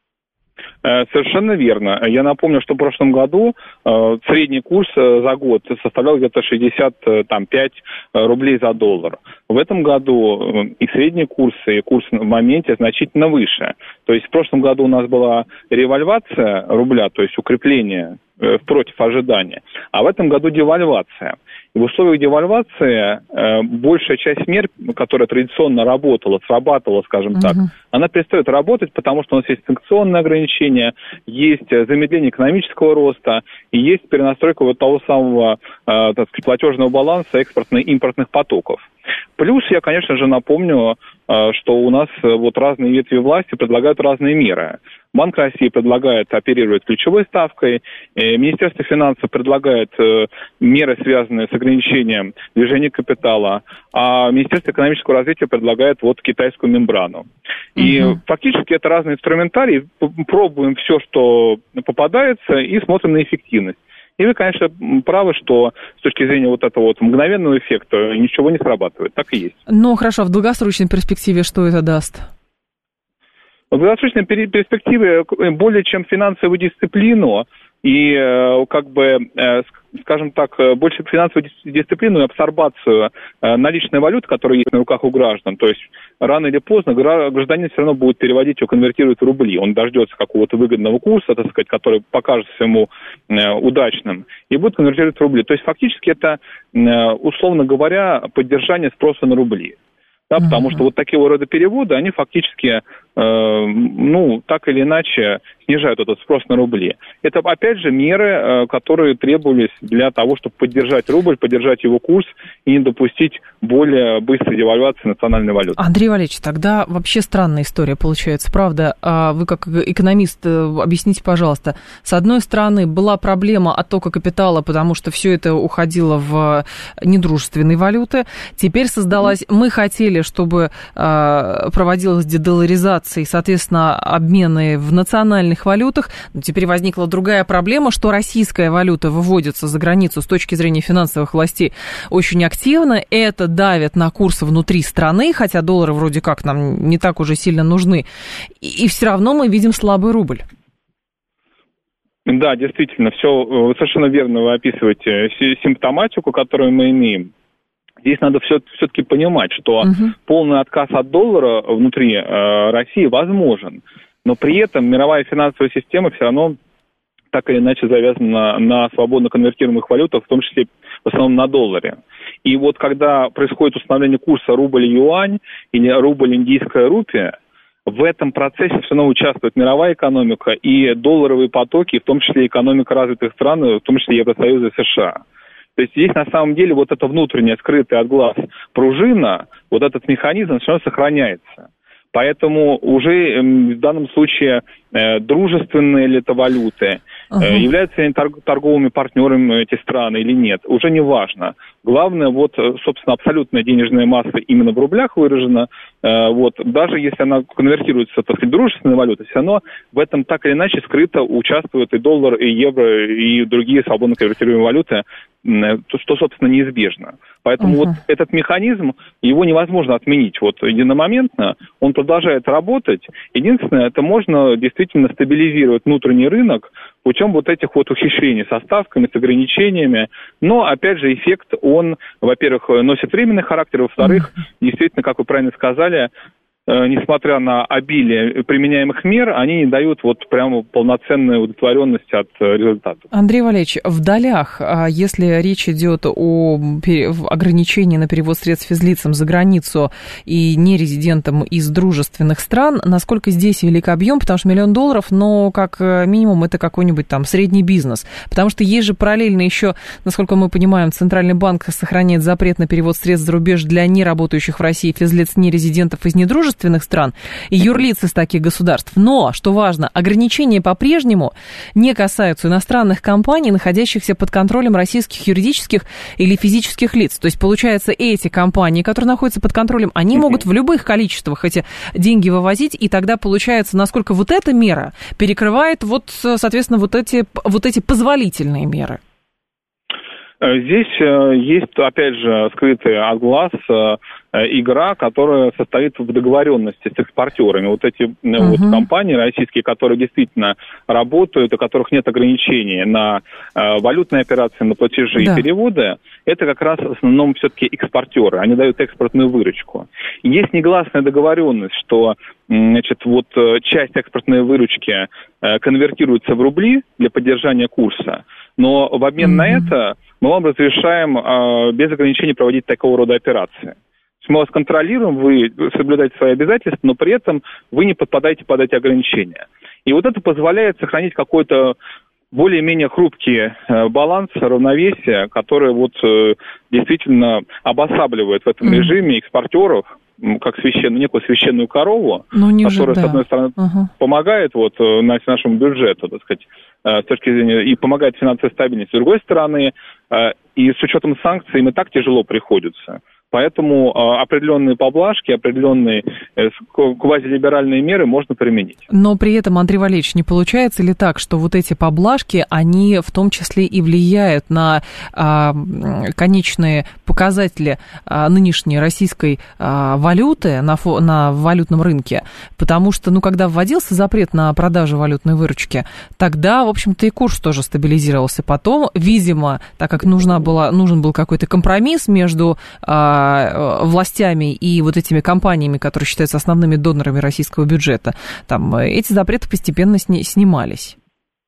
Совершенно верно. Я напомню, что в прошлом году э, средний курс э, за год составлял где-то шестьдесят пять рублей за доллар. В этом году э, и средний курс, и курс в моменте значительно выше. То есть в прошлом году у нас была ревальвация рубля, то есть укрепление э, против ожидания, а в этом году девальвация. И в условиях девальвации э, большая часть мер, которая традиционно работала, срабатывала, скажем uh-huh. так, она перестает работать, потому что у нас есть санкционные ограничения, есть замедление экономического роста и есть перенастройка вот того самого, э, так сказать, платежного баланса экспортно-импортных потоков. Плюс я, конечно же, напомню, э, что у нас вот разные ветви власти предлагают разные меры. Банк России предлагает оперировать ключевой ставкой, Министерство финансов предлагает меры, связанные с ограничением движения капитала, а Министерство экономического развития предлагает вот китайскую мембрану. И угу. фактически это разные инструментарии, пробуем все, что попадается, и смотрим на эффективность. И вы, конечно, правы, что с точки зрения вот этого вот мгновенного эффекта ничего не срабатывает, так и есть. Ну, хорошо, в долгосрочной перспективе что это даст? В долгосрочной перспективе более чем финансовую дисциплину и, как бы, скажем так, больше финансовую дисциплину и абсорбацию наличной валюты, которая есть на руках у граждан. То есть рано или поздно гражданин все равно будет переводить ее, конвертировать в рубли. Он дождется какого-то выгодного курса, так сказать, который покажется ему удачным, и будет конвертировать в рубли. То есть фактически это, условно говоря, поддержание спроса на рубли. Да, потому что вот такие рода переводы, они фактически, э, ну, так или иначе снижают этот спрос на рубли. Это, опять же, меры, э, которые требовались для того, чтобы поддержать рубль, поддержать его курс и не допустить более быстрой девальвации национальной валюты. Андрей Валерьевич, тогда вообще странная история получается, правда? Вы как экономист объясните, пожалуйста. С одной стороны, была проблема оттока капитала, потому что все это уходило в недружественные валюты. Теперь создалась... Mm-hmm. Мы хотели, чтобы проводилась дедолларизация и, соответственно, обмены в национальных валютах. Но теперь возникла другая проблема, что российская валюта выводится за границу с точки зрения финансовых властей очень активно. Это давит на курсы внутри страны, хотя доллары вроде как нам не так уже сильно нужны. И, и все равно мы видим слабый рубль. Да, действительно, все совершенно верно вы описываете симптоматику, которую мы имеем. здесь надо все, все-таки понимать, что угу. полный отказ от доллара внутри э, России возможен, но при этом мировая финансовая система все равно так или иначе завязана на, на свободно конвертируемых валютах, в том числе в основном на долларе. И вот когда происходит установление курса рубль-юань или рубль-индийская рупия, в этом процессе все равно участвует мировая экономика и долларовые потоки, в том числе экономика развитых стран, в том числе Евросоюза и США. То есть здесь на самом деле вот эта внутренняя, скрытая от глаз пружина, вот этот механизм все равно сохраняется. Поэтому уже в данном случае э, дружественные ли это валюты, uh-huh. э, являются ли они торг- торговыми партнерами эти страны или нет, уже не важно. Главное, вот, собственно, абсолютная денежная масса именно в рублях выражена. Э, вот, даже если она конвертируется, так сказать, дружественной валютой, все равно в этом так или иначе скрыто участвуют и доллар, и евро, и другие свободно конвертируемые валюты, что, собственно, неизбежно. Поэтому uh-huh. вот этот механизм, его невозможно отменить вот единомоментно, он продолжает работать. Единственное, это можно действительно стабилизировать внутренний рынок путем вот этих вот ухищрений со ставками, с ограничениями. Но, опять же, эффект, он, во-первых, носит временный характер, во-вторых, uh-huh. действительно, как вы правильно сказали, несмотря на обилие применяемых мер, они не дают вот прямо полноценной удовлетворенности от результатов. Андрей Валерьевич, в долях, если речь идет о ограничении на перевод средств физлицам за границу и нерезидентам из дружественных стран, насколько здесь велик объем? Потому что миллион долларов, но как минимум это какой-нибудь там средний бизнес. Потому что есть же параллельно еще, насколько мы понимаем, Центральный банк сохраняет запрет на перевод средств за рубеж для неработающих в России физлиц нерезидентов из недружественных стран и юрлиц из таких государств. Но, что важно, ограничения по-прежнему не касаются иностранных компаний, находящихся под контролем российских юридических или физических лиц. То есть, получается, эти компании, которые находятся под контролем, они могут в любых количествах эти деньги вывозить, и тогда получается, насколько вот эта мера перекрывает, вот, соответственно, вот эти, вот эти позволительные меры. Здесь есть, опять же, скрытая от глаз игра, которая состоит в договоренности с экспортерами. Вот эти uh-huh. вот компании российские, которые действительно работают, у которых нет ограничений на э, валютные операции, на платежи да. и переводы, это как раз в основном все-таки экспортеры. Они дают экспортную выручку. И есть негласная договоренность, что значит, вот, часть экспортной выручки э, конвертируется в рубли для поддержания курса, но в обмен uh-huh. на это мы вам разрешаем э, без ограничений проводить такого рода операции. Мы вас контролируем, вы соблюдаете свои обязательства, но при этом вы не подпадаете под эти ограничения. И вот это позволяет сохранить какой-то более-менее хрупкий э, баланс, равновесие, которое вот э, действительно обосабливает в этом mm-hmm. режиме экспортеров, как священную, некую священную корову, ну, которая, да. с одной стороны, uh-huh. помогает вот, нашему бюджету, так сказать, с точки зрения, и помогает финансовой стабильности. С другой стороны, и с учетом санкций им и так тяжело приходится. Поэтому э, определенные поблажки, определенные э, квазилиберальные меры можно применить. Но при этом, Андрей Валерьевич, не получается ли так, что вот эти поблажки, они в том числе и влияют на э, конечные показатели э, нынешней российской э, валюты на, фо- на валютном рынке? Потому что, ну, когда вводился запрет на продажу валютной выручки, тогда, в общем-то, и курс тоже стабилизировался. Потом, видимо, так как нужна была, нужен был какой-то компромисс между э, властями и вот этими компаниями, которые считаются основными донорами российского бюджета, там эти запреты постепенно сни- снимались.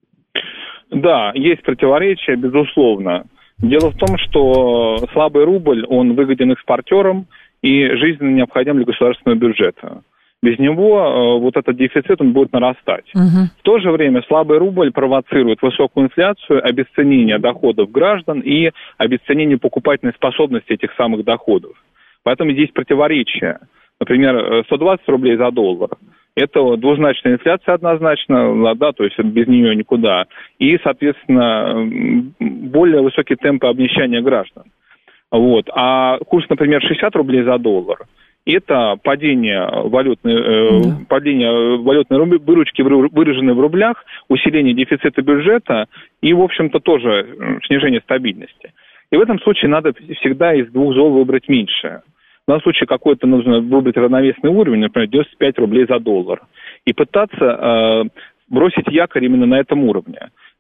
Да, есть противоречия, безусловно. Дело в том, что слабый рубль, он выгоден экспортерам и жизненно необходим для государственного бюджета. Без него вот этот дефицит, он будет нарастать. Угу. В то же время слабый рубль провоцирует высокую инфляцию, обесценение доходов граждан и обесценение покупательной способности этих самых доходов. Поэтому здесь противоречие. Например, сто двадцать рублей за доллар. Это двузначная инфляция однозначно, да, то есть без нее никуда. И, соответственно, более высокие темпы обнищания граждан. Вот. А курс, например, шестьдесят рублей за доллар. Это падение валютной, э, да. падение валютной выручки, выраженной в рублях, усиление дефицита бюджета и, в общем-то, тоже снижение стабильности. И в этом случае надо всегда из двух зол выбрать меньшее. В данном случае какой-то нужно выбрать равновесный уровень, например, девяносто пять рублей за доллар, и пытаться э, бросить якорь именно на этом уровне.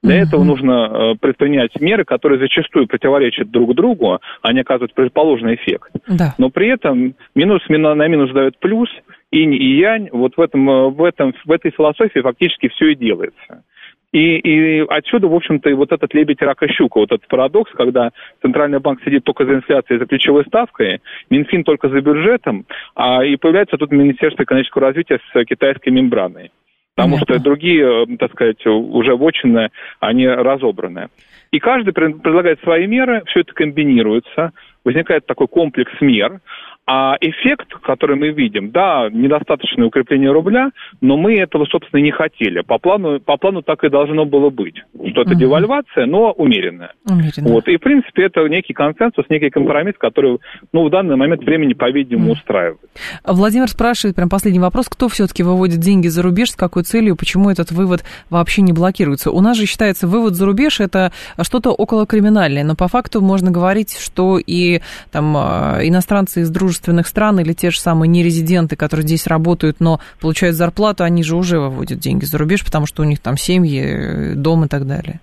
Для этого нужно предпринять меры, которые зачастую противоречат друг другу, они оказывают противоположный эффект. Да. Но при этом минус на минус дает плюс, инь и янь, вот в, этом, в, этом, в этой философии фактически все и делается. И, и отсюда, в общем-то, и вот этот лебедь, рак и щука, вот этот парадокс, когда Центральный банк сидит только за инфляцией, за ключевой ставкой, Минфин только за бюджетом, а и появляется тут Министерство экономического развития с китайской мембраной. Потому Понятно. Что другие, так сказать, уже вотчины, они разобраны. И каждый предлагает свои меры, все это комбинируется, возникает такой комплекс мер. А эффект, который мы видим, да, недостаточное укрепление рубля, но мы этого, собственно, не хотели. По плану, по плану так и должно было быть, что это угу. девальвация, но умеренная. Умеренно. Вот. И, в принципе, это некий консенсус, некий компромисс, который, ну, в данный момент времени, по-видимому, угу. устраивает. Владимир спрашивает, прям последний вопрос, кто все-таки выводит деньги за рубеж, с какой целью, почему этот вывод вообще не блокируется? У нас же считается, вывод за рубеж – это что-то околокриминальное, но по факту можно говорить, что и там иностранцы из дружественных стран или те же самые нерезиденты, которые здесь работают, но получают зарплату, они же уже выводят деньги за рубеж, потому что у них там семьи, дом и так далее.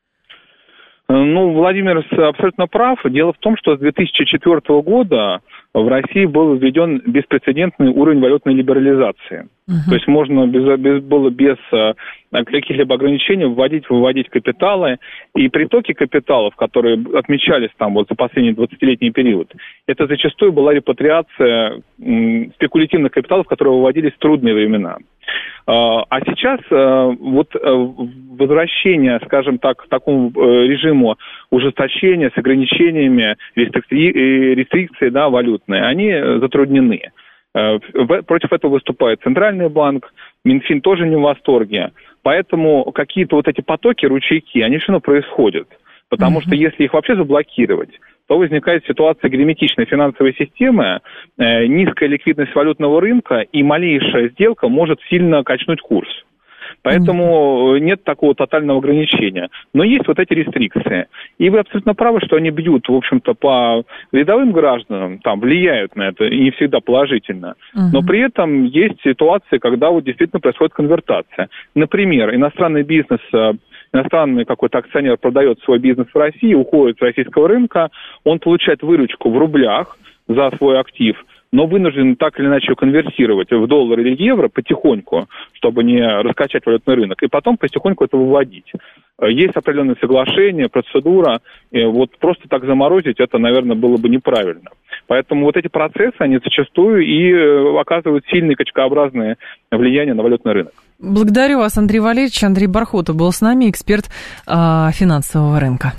Ну, Владимир абсолютно прав. Дело в том, что с две тысячи четвёртого года в России был введен беспрецедентный уровень валютной либерализации. Uh-huh. То есть можно без, без, было без каких-либо ограничений вводить, выводить капиталы. И притоки капиталов, которые отмечались там вот за последний двадцатилетний период, это зачастую была репатриация м, спекулятивных капиталов, которые выводились в трудные времена. А сейчас вот возвращение, скажем так, к такому режиму ужесточения с ограничениями, рестрикции, рестрикции да, валютные, они затруднены. Против этого выступает Центральный банк, Минфин тоже не в восторге. Поэтому какие-то вот эти потоки, ручейки, они все равно происходят. Потому mm-hmm. что если их вообще заблокировать, то возникает ситуация герметичной финансовой системы, э, низкая ликвидность валютного рынка, и малейшая сделка может сильно качнуть курс. Поэтому нет такого тотального ограничения. Но есть вот эти рестрикции. И вы абсолютно правы, что они бьют, в общем-то, по рядовым гражданам, там, влияют на это, и не всегда положительно. Uh-huh. Но при этом есть ситуации, когда вот действительно происходит конвертация. Например, иностранный бизнес, иностранный какой-то акционер продает свой бизнес в России, уходит с российского рынка, он получает выручку в рублях за свой актив, но вынужден так или иначе конвертировать в доллар или евро потихоньку, чтобы не раскачать валютный рынок, и потом потихоньку это выводить. Есть определенные соглашения, процедура, и вот просто так заморозить это, наверное, было бы неправильно. Поэтому вот эти процессы, они зачастую и оказывают сильные качкообразные влияния на валютный рынок. Благодарю вас, Андрей Валерьевич. Андрей Бархотов был с нами, эксперт э, финансового рынка.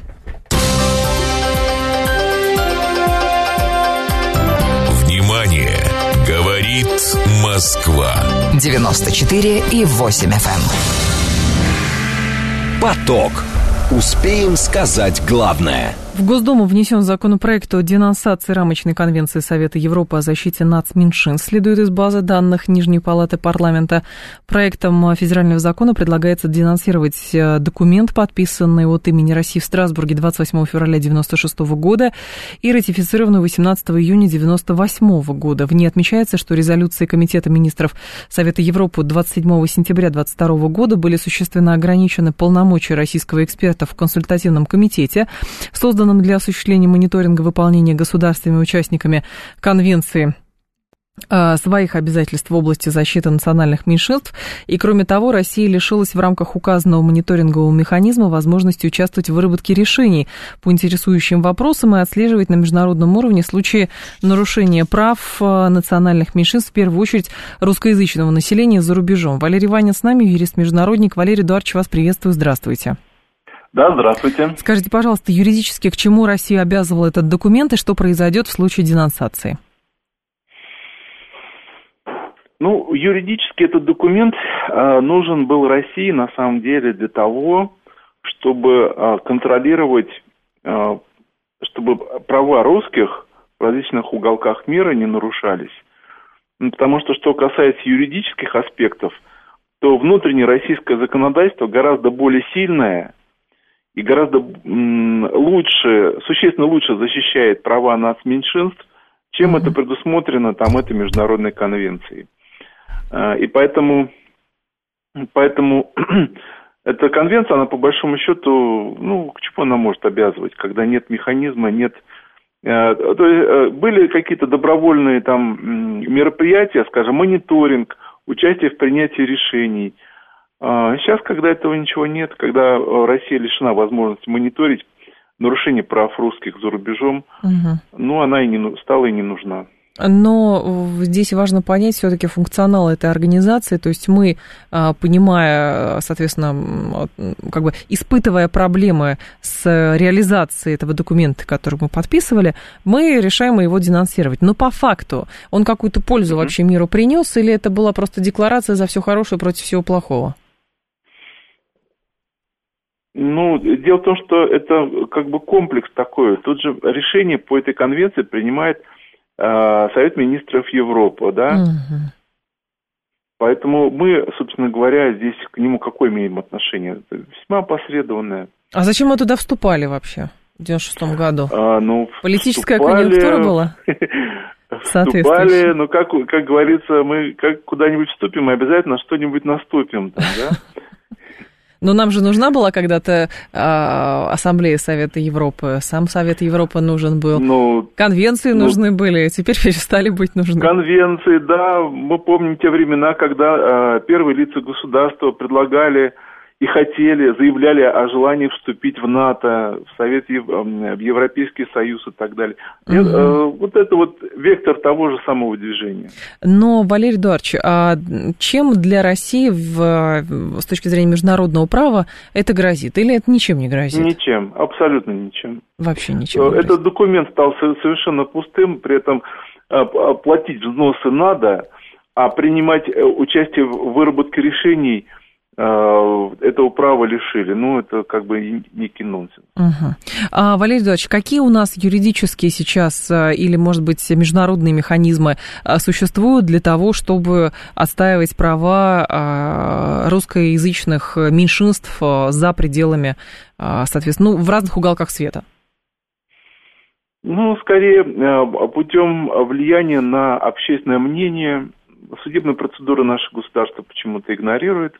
Говорит Москва. девяносто четыре и восемь эф эм. Поток. Успеем сказать главное. В Госдуму внесен законопроект о денонсации рамочной конвенции Совета Европы о защите нацменьшинств, следует из базы данных Нижней Палаты парламента. Проектом федерального закона предлагается денонсировать документ, подписанный от имени России в Страсбурге двадцать восьмого февраля девяносто шестого года и ратифицированный восемнадцатого июня девяносто восьмого года. В ней отмечается, что резолюции Комитета министров Совета Европы двадцать седьмого сентября двадцать второго года были существенно ограничены полномочия российского эксперта в консультативном комитете, созданном для осуществления мониторинга выполнения государствами участниками конвенции э, своих обязательств в области защиты национальных меньшинств. И, кроме того, Россия лишилась в рамках указанного мониторингового механизма возможности участвовать в выработке решений по интересующим вопросам и отслеживать на международном уровне случаи нарушения прав национальных меньшинств, в первую очередь русскоязычного населения за рубежом. Валерий Ванин с нами, юрист-международник. Валерий Эдуардович, вас приветствую. Здравствуйте. Да, здравствуйте. Скажите, пожалуйста, юридически к чему Россию обязывал этот документ и что произойдет в случае денонсации? Ну, юридически этот документ э, нужен был России, на самом деле, для того, чтобы э, контролировать, э, чтобы права русских в различных уголках мира не нарушались. Потому что, что касается юридических аспектов, то внутреннее российское законодательство гораздо более сильное и гораздо лучше, существенно лучше защищает права нацменьшинств, чем mm-hmm. это предусмотрено там этой международной конвенцией. И поэтому, поэтому эта конвенция, она по большому счету, ну, к чему она может обязывать, когда нет механизма, нет... Э, то есть, э, были какие-то добровольные там мероприятия, скажем, мониторинг, участие в принятии решений. А сейчас, когда этого ничего нет, когда Россия лишена возможности мониторить нарушение прав русских за рубежом, угу. ну, она и не, стала и не нужна. Но здесь важно понять все-таки функционал этой организации, то есть мы, понимая, соответственно, как бы испытывая проблемы с реализацией этого документа, который мы подписывали, мы решаем его денонсировать. Но по факту он какую-то пользу mm-hmm. вообще миру принес, или это была просто декларация за все хорошее против всего плохого? Ну, дело в том, что это как бы комплекс такой. Тут же решение по этой конвенции принимает э, Совет министров Европы, да? Угу. Поэтому мы, собственно говоря, здесь к нему какое имеем отношение? Это весьма опосредованное. А зачем мы туда вступали вообще в девяносто шестом году? А, ну, Политическая вступали... конъюнктура была? Вступали, ну, как, как говорится, мы как куда-нибудь вступим, мы обязательно что-нибудь наступим, там, да? Но нам же нужна была когда-то э, Ассамблея Совета Европы. Сам Совет Европы нужен был. Ну, конвенции ну, нужны были, теперь перестали быть нужны. Конвенции, да. Мы помним те времена, когда э, первые лица государства предлагали и хотели, заявляли о желании вступить в НАТО, в Совет, в Европейский Союз и так далее. Угу. э, вот это вот вектор того же самого движения. Но, Валерий Эдуардович, а чем для России в, с точки зрения международного права это грозит? Или это ничем не грозит? Ничем, абсолютно ничем. Вообще ничем не грозит. Этот документ стал совершенно пустым, при этом платить взносы надо, а принимать участие в выработке решений этого права лишили. Ну, это как бы некий нонсенс. Угу. А, Валерий Эдуардович, какие у нас юридические сейчас или, может быть, международные механизмы существуют для того, чтобы отстаивать права русскоязычных меньшинств за пределами, соответственно, ну, в разных уголках света? Ну, скорее, путем влияния на общественное мнение. Судебные процедуры наше государство почему-то игнорирует.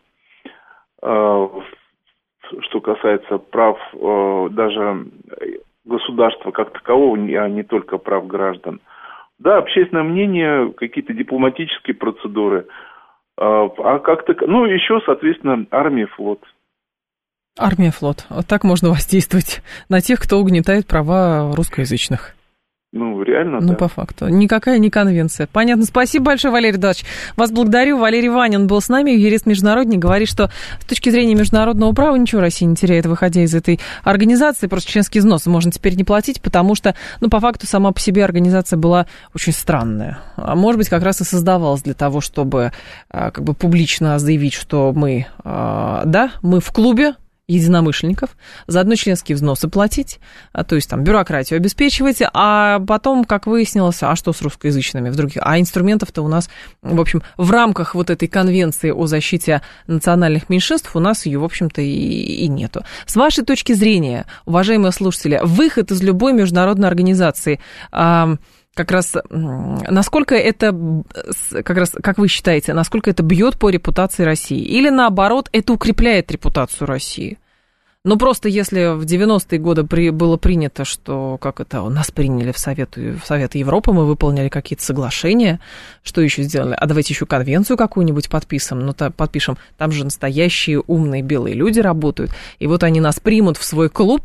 Что касается прав даже государства как такового, а не только прав граждан. Да, общественное мнение, какие-то дипломатические процедуры, а как-то, ну, еще, соответственно, армия, флот. Армия, флот. Вот так можно воздействовать на тех, кто угнетает права русскоязычных. Ну, реально, Ну, да. по факту. Никакая не конвенция. Понятно. Спасибо большое, Валерий Эдуардович. Вас благодарю. Валерий Ванин был с нами, юрист-международник. Говорит, что с точки зрения международного права ничего Россия не теряет, выходя из этой организации. Просто членские взносы можно теперь не платить, потому что, ну, по факту, сама по себе организация была очень странная. А может быть, как раз и создавалась для того, чтобы как бы публично заявить, что мы, да, мы в клубе единомышленников, заодно членские взносы платить, а, то есть там бюрократию обеспечивать, а потом, как выяснилось, а что с русскоязычными в других? А инструментов-то у нас, в общем, в рамках вот этой конвенции о защите национальных меньшинств у нас ее, в общем-то, и, и нету. С вашей точки зрения, уважаемые слушатели, выход из любой международной организации, а, как раз насколько это, как раз, как вы считаете, насколько это бьет по репутации России? Или наоборот, это укрепляет репутацию России? Ну, просто если в девяностые годы при, было принято, что, как это, нас приняли в Совет, в Совет Европы, мы выполнили какие-то соглашения, что еще сделали? А давайте еще конвенцию какую-нибудь подпишем, ну, то, подпишем, там же настоящие умные белые люди работают, и вот они нас примут в свой клуб,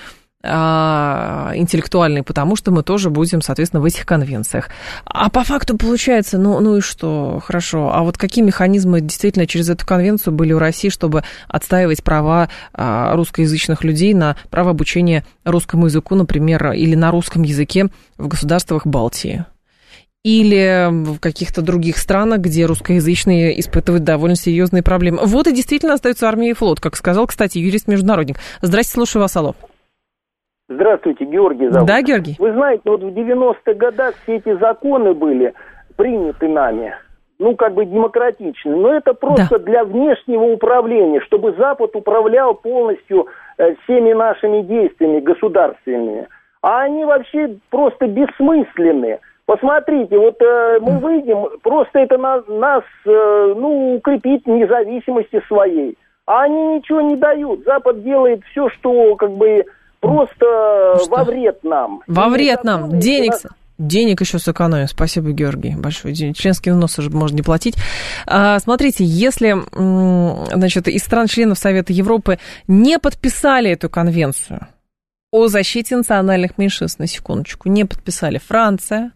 интеллектуальный, потому что мы тоже будем, соответственно, в этих конвенциях. А по факту получается, ну, ну и что, хорошо, а вот какие механизмы действительно через эту конвенцию были у России, чтобы отстаивать права русскоязычных людей на право обучения русскому языку, например, или на русском языке в государствах Балтии? Или в каких-то других странах, где русскоязычные испытывают довольно серьезные проблемы. Вот и действительно остается армия и флот, как сказал, кстати, юрист-международник. Здрасте, слушаю вас, алло. Здравствуйте, Георгий зовут. Да, Георгий. Вы знаете, вот в девяностых годах все эти законы были приняты нами, ну, как бы демократичны, но это просто да. для внешнего управления, чтобы Запад управлял полностью э, всеми нашими действиями государственными. А они вообще просто бессмысленны. Посмотрите, вот э, мы выйдем, просто это нас, нас э, ну, укрепит в независимости своей. А они ничего не дают. Запад делает все, что как бы просто что? во вред нам. Во вред нам. Денег... Денег еще сэкономим. Спасибо, Георгий, большое. Членские взносы же можно не платить. А, смотрите, если, значит, из стран-членов Совета Европы не подписали эту конвенцию о защите национальных меньшинств, на секундочку, не подписали Франция,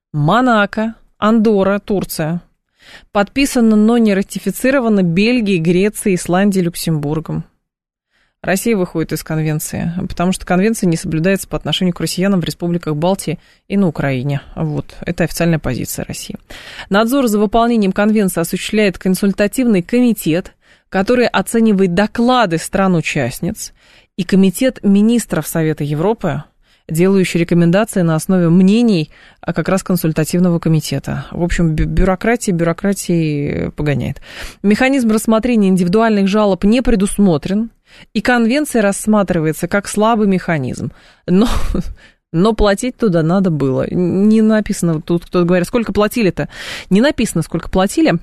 Монако, Андорра, Турция. Подписано, но не ратифицировано Бельгией, Грецией, Исландией, Люксембургом. Россия выходит из конвенции, потому что конвенция не соблюдается по отношению к россиянам в республиках Балтии и на Украине. Вот, это официальная позиция России. Надзор за выполнением конвенции осуществляет консультативный комитет, который оценивает доклады стран-участниц, и комитет министров Совета Европы, делающий рекомендации на основе мнений как раз консультативного комитета. В общем, бюрократия бюрократии погоняет. Механизм рассмотрения индивидуальных жалоб не предусмотрен, и конвенция рассматривается как слабый механизм. Но, но платить туда надо было. Не написано, тут кто-то говорит, сколько платили-то? Не написано, сколько платили.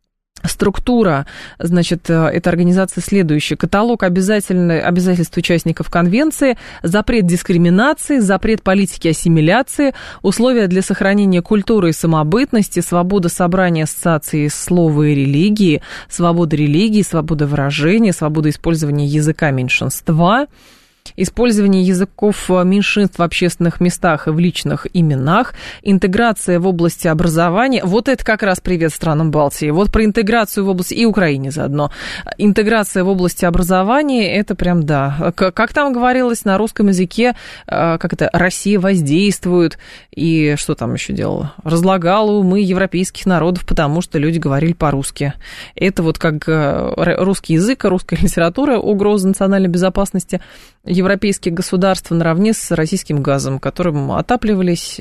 Структура, значит, этой организации следующая. Каталог обязательств участников конвенции, запрет дискриминации, запрет политики ассимиляции, условия для сохранения культуры и самобытности, свобода собрания, ассоциации слова и религии, свобода религии, свобода выражения, свобода использования языка меньшинства, использование языков меньшинств в общественных местах и в личных именах, интеграция в области образования. Вот это как раз привет странам Балтии. Вот про интеграцию в области, и Украине заодно. Интеграция в области образования, это прям да. Как там говорилось на русском языке, как это, Россия воздействует, и что там еще делала? Разлагала умы европейских народов, потому что люди говорили по-русски. Это вот как русский язык, русская литература, угроза национальной безопасности европейских государств наравне с российским газом, которым отапливались,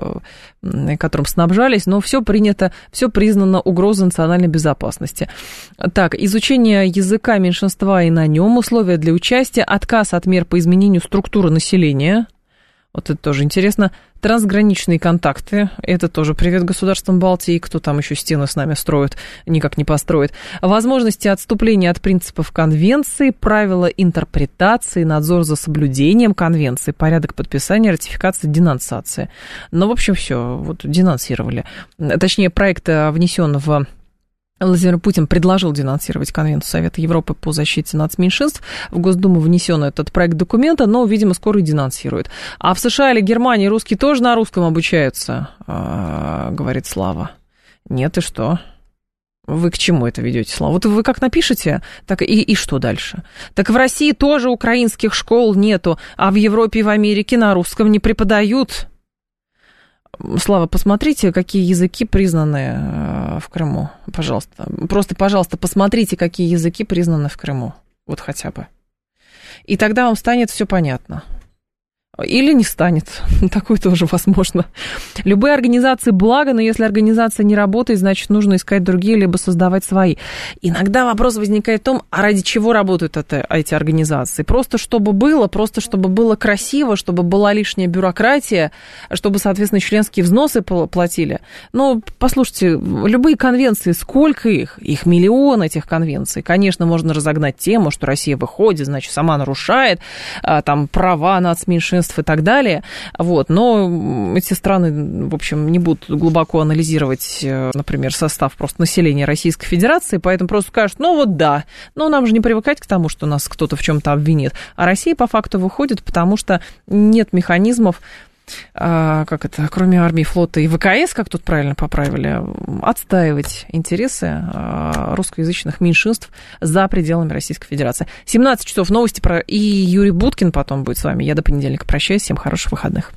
которым снабжались, но все принято, все признано угрозой национальной безопасности. Так, изучение языка меньшинства и на нем, условия для участия, отказ от мер по изменению структуры населения. Вот это тоже интересно. Трансграничные контакты. Это тоже привет государствам Балтии. Кто там еще стены с нами строит, никак не построит. Возможности отступления от принципов конвенции, правила интерпретации, надзор за соблюдением конвенции, порядок подписания, ратификации, денонсации. Ну, в общем, все. Вот денонсировали. Точнее, проект внесен в... Владимир Путин предложил денонсировать Конвенцию Совета Европы по защите нацменьшинств. В Госдуму внесен этот проект документа, но, видимо, скоро и денонсирует. А в США или Германии русские тоже на русском обучаются, говорит Слава. Нет, и что? Вы к чему это ведете, Слава? Вот вы как напишете, так и, и что дальше? Так в России тоже украинских школ нету, а в Европе и в Америке на русском не преподают. Слава, посмотрите, какие языки признаны в Крыму, пожалуйста. Просто, пожалуйста, посмотрите, какие языки признаны в Крыму. Вот хотя бы. И тогда вам станет все понятно. Или не станет. Такое тоже возможно. Любые организации благо, но если организация не работает, значит, нужно искать другие, либо создавать свои. Иногда вопрос возникает в том, а ради чего работают это, эти организации? Просто чтобы было, просто чтобы было красиво, чтобы была лишняя бюрократия, чтобы, соответственно, членские взносы платили. Ну, послушайте, любые конвенции, сколько их? Их миллион, этих конвенций. Конечно, можно разогнать тему, что Россия выходит, значит, сама нарушает там права нацменьшинств и так далее, вот, но эти страны, в общем, не будут глубоко анализировать, например, состав просто населения Российской Федерации, поэтому просто скажут, ну вот да, но нам же не привыкать к тому, что нас кто-то в чем-то обвинит, а Россия по факту выходит, потому что нет механизмов, как это, кроме армии, флота и ВКС, как тут правильно поправили, отстаивать интересы русскоязычных меньшинств за пределами Российской Федерации. семнадцать часов новости про... и Юрий Буткин потом будет с вами. Я до понедельника прощаюсь. Всем хороших выходных.